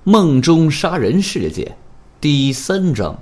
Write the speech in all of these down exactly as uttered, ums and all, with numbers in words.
梦中杀人事件第三章。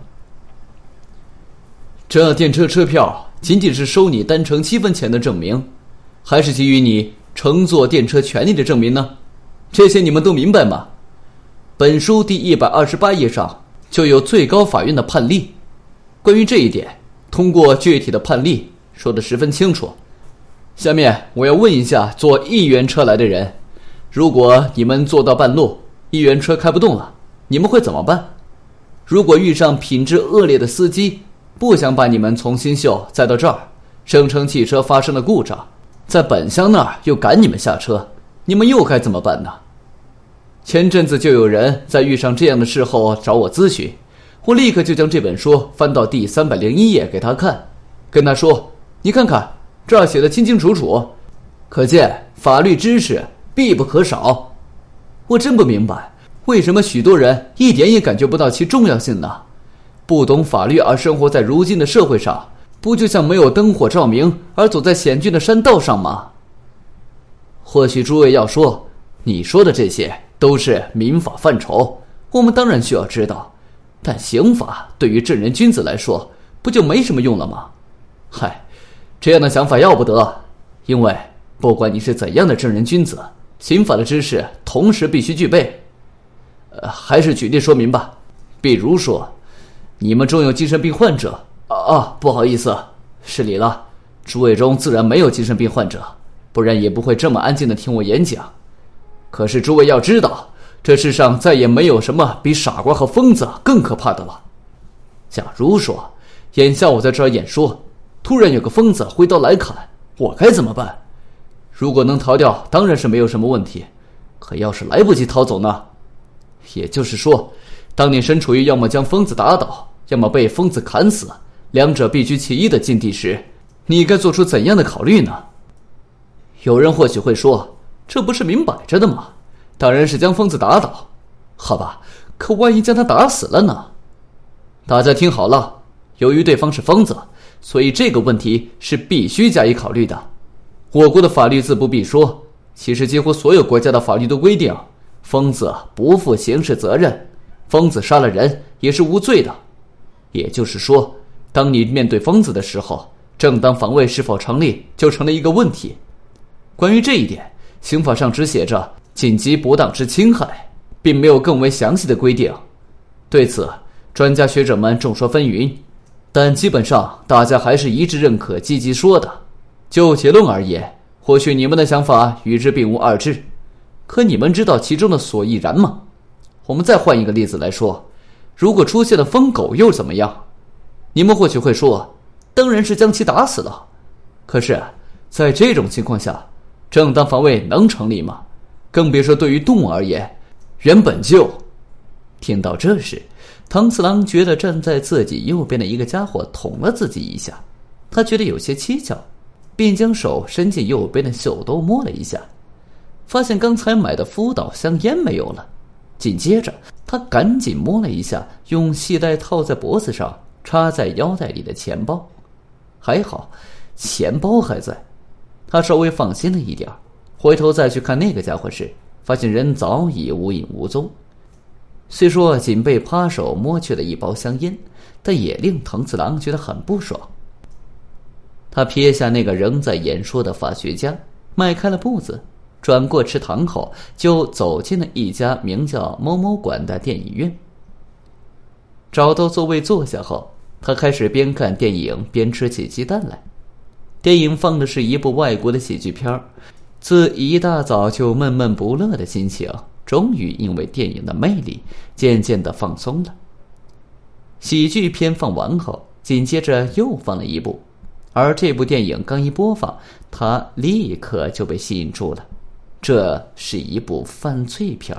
这电车车票仅仅是收你单程七分钱的证明，还是给予你乘坐电车权利的证明呢？这些你们都明白吗？本书第一百二十八页上就有最高法院的判例，关于这一点，通过具体的判例说得十分清楚。下面我要问一下坐一元车来的人，如果你们坐到半路，一元车开不动了，你们会怎么办？如果遇上品质恶劣的司机，不想把你们从新秀载到这儿，声称汽车发生了故障，在本乡那儿又赶你们下车，你们又该怎么办呢？前阵子就有人在遇上这样的事后找我咨询，我立刻就将这本书翻到第三百零一页给他看，跟他说，你看看这儿写的清清楚楚，可见法律知识必不可少。我真不明白，为什么许多人一点也感觉不到其重要性呢？不懂法律而生活在如今的社会上，不就像没有灯火照明而走在险峻的山道上吗？或许诸位要说，你说的这些都是民法范畴，我们当然需要知道，但刑法对于正人君子来说，不就没什么用了吗？嗨，这样的想法要不得，因为不管你是怎样的正人君子，刑法的知识同时必须具备。呃，还是举例说明吧。比如说，你们中有精神病患者啊啊，不好意思，失礼了，诸位中自然没有精神病患者，不然也不会这么安静地听我演讲。可是诸位要知道，这世上再也没有什么比傻瓜和疯子更可怕的了。假如说，眼下我在这儿演说，突然有个疯子挥刀来砍，我该怎么办？如果能逃掉，当然是没有什么问题，可要是来不及逃走呢？也就是说，当你身处于要么将疯子打倒，要么被疯子砍死，两者必居其一的境地时，你该做出怎样的考虑呢？有人或许会说，这不是明摆着的吗？当然是将疯子打倒。好吧，可万一将他打死了呢？大家听好了，由于对方是疯子，所以这个问题是必须加以考虑的。我国的法律自不必说，其实几乎所有国家的法律都规定，疯子不负刑事责任，疯子杀了人也是无罪的。也就是说，当你面对疯子的时候，正当防卫是否成立就成了一个问题。关于这一点，刑法上只写着紧急不当之侵害，并没有更为详细的规定。对此，专家学者们众说纷纭，但基本上大家还是一致认可积极说的。就结论而言，或许你们的想法与之并无二致，可你们知道其中的所以然吗？我们再换一个例子来说，如果出现了疯狗又怎么样？你们或许会说，当然是将其打死了。可是在这种情况下，正当防卫能成立吗？更别说对于动物而言，原本就……听到这时，唐次郎觉得站在自己右边的一个家伙捅了自己一下，他觉得有些蹊跷，便将手伸进右边的袖兜摸了一下，发现刚才买的福岛香烟没有了。紧接着他赶紧摸了一下用系带套在脖子上插在腰带里的钱包，还好钱包还在，他稍微放心了一点。回头再去看那个家伙时，发现人早已无影无踪。虽说仅被扒手摸去了一包香烟，但也令藤次郎觉得很不爽。他撇下那个仍在演说的法学家，迈开了步子，转过池塘后就走进了一家名叫某某馆的电影院。找到座位坐下后，他开始边看电影边吃起鸡蛋来。电影放的是一部外国的喜剧片，自一大早就闷闷不乐的心情终于因为电影的魅力渐渐地放松了。喜剧片放完后，紧接着又放了一部，而这部电影刚一播放，他立刻就被吸引住了。这是一部犯罪片。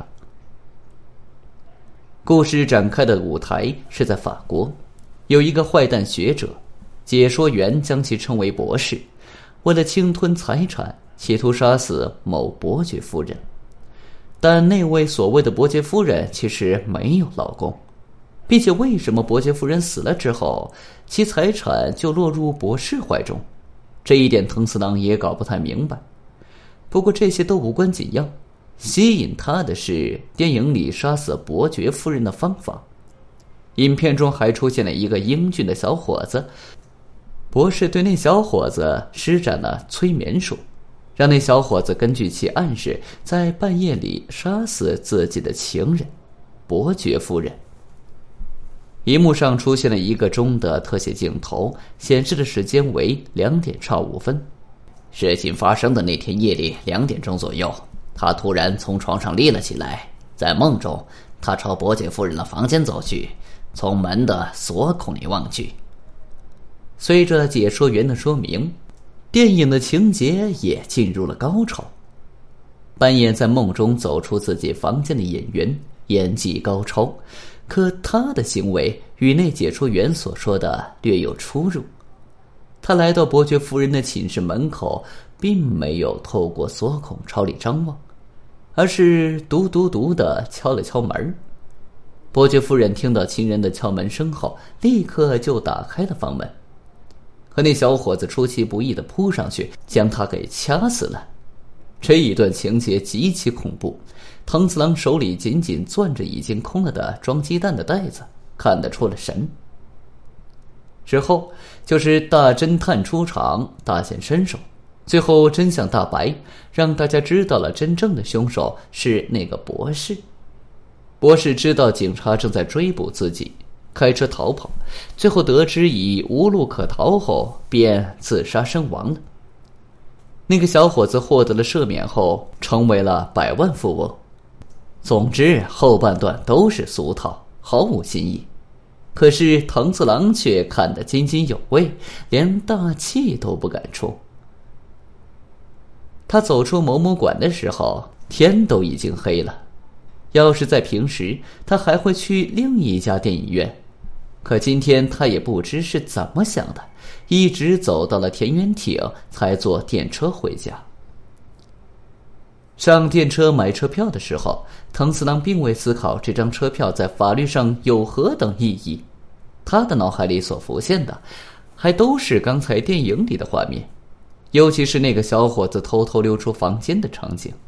故事展开的舞台是在法国，有一个坏蛋学者，解说员将其称为博士，为了侵吞财产，企图杀死某伯爵夫人。但那位所谓的伯爵夫人其实没有老公，并且为什么伯爵夫人死了之后，其财产就落入博士怀中，这一点藤次郎也搞不太明白。不过这些都无关紧要， 吸引他的是电影里杀死伯爵夫人的方法。影片中还出现了一个英俊的小伙子，博士对那小伙子施展了催眠术，让那小伙子根据其暗示，在半夜里杀死自己的情人伯爵夫人。荧幕上出现了一个钟的特写镜头，显示的时间为两点差五分。事情发生的那天夜里两点钟左右，他突然从床上立了起来，在梦中他朝伯爵夫人的房间走去，从门的锁孔里望去。随着解说员的说明，电影的情节也进入了高潮。半夜在梦中走出自己房间的演员演技高超，可他的行为与那解说员所说的略有出入。他来到伯爵夫人的寝室门口，并没有透过锁孔朝里张望，而是嘟嘟嘟地敲了敲门。伯爵夫人听到情人的敲门声后，立刻就打开了房门。可那小伙子出其不意地扑上去，将他给掐死了。这一段情节极其恐怖，藤次郎手里紧紧攥着已经空了的装鸡蛋的袋子，看得出了神。之后就是大侦探出场，大显身手，最后真相大白，让大家知道了真正的凶手是那个博士。博士知道警察正在追捕自己，开车逃跑，最后得知已无路可逃后，便自杀身亡了。那个小伙子获得了赦免后，成为了百万富翁。总之，后半段都是俗套，毫无新意。可是藤次郎却看得津津有味，连大气都不敢出。他走出某某馆的时候，天都已经黑了。要是在平时，他还会去另一家电影院。可今天他也不知是怎么想的，一直走到了田园町，才坐电车回家。上电车买车票的时候，藤次郎并未思考这张车票在法律上有何等意义。他的脑海里所浮现的，还都是刚才电影里的画面，尤其是那个小伙子偷偷溜出房间的场景。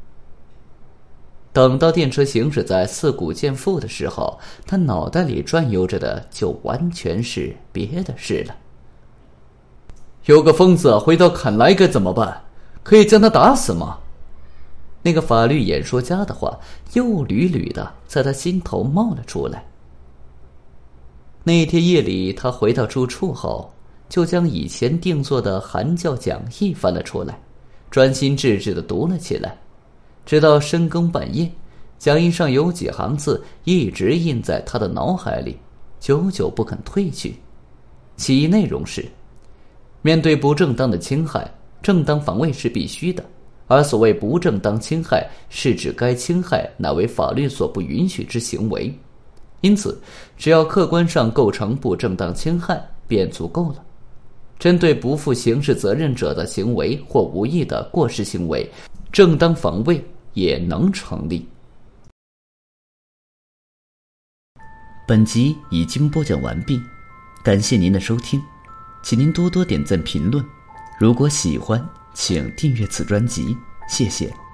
等到电车行驶在四谷见附的时候，他脑袋里转悠着的就完全是别的事了。有个疯子回到坎来该怎么办？可以将他打死吗？那个法律演说家的话又屡屡的在他心头冒了出来。那天夜里，他回到住处后，就将以前定做的韩教讲义翻了出来，专心致志地读了起来。直到深更半夜，讲义上有几行字一直印在他的脑海里，久久不肯褪去。其内容是：面对不正当的侵害，正当防卫是必须的，而所谓不正当侵害，是指该侵害乃为法律所不允许之行为。因此，只要客观上构成不正当侵害，便足够了。针对不负刑事责任者的行为或无意的过失行为，正当防卫也能成立。 本集已经播讲完毕，感谢您的收听，请您多多点赞评论。如果喜欢，请订阅此专辑，谢谢。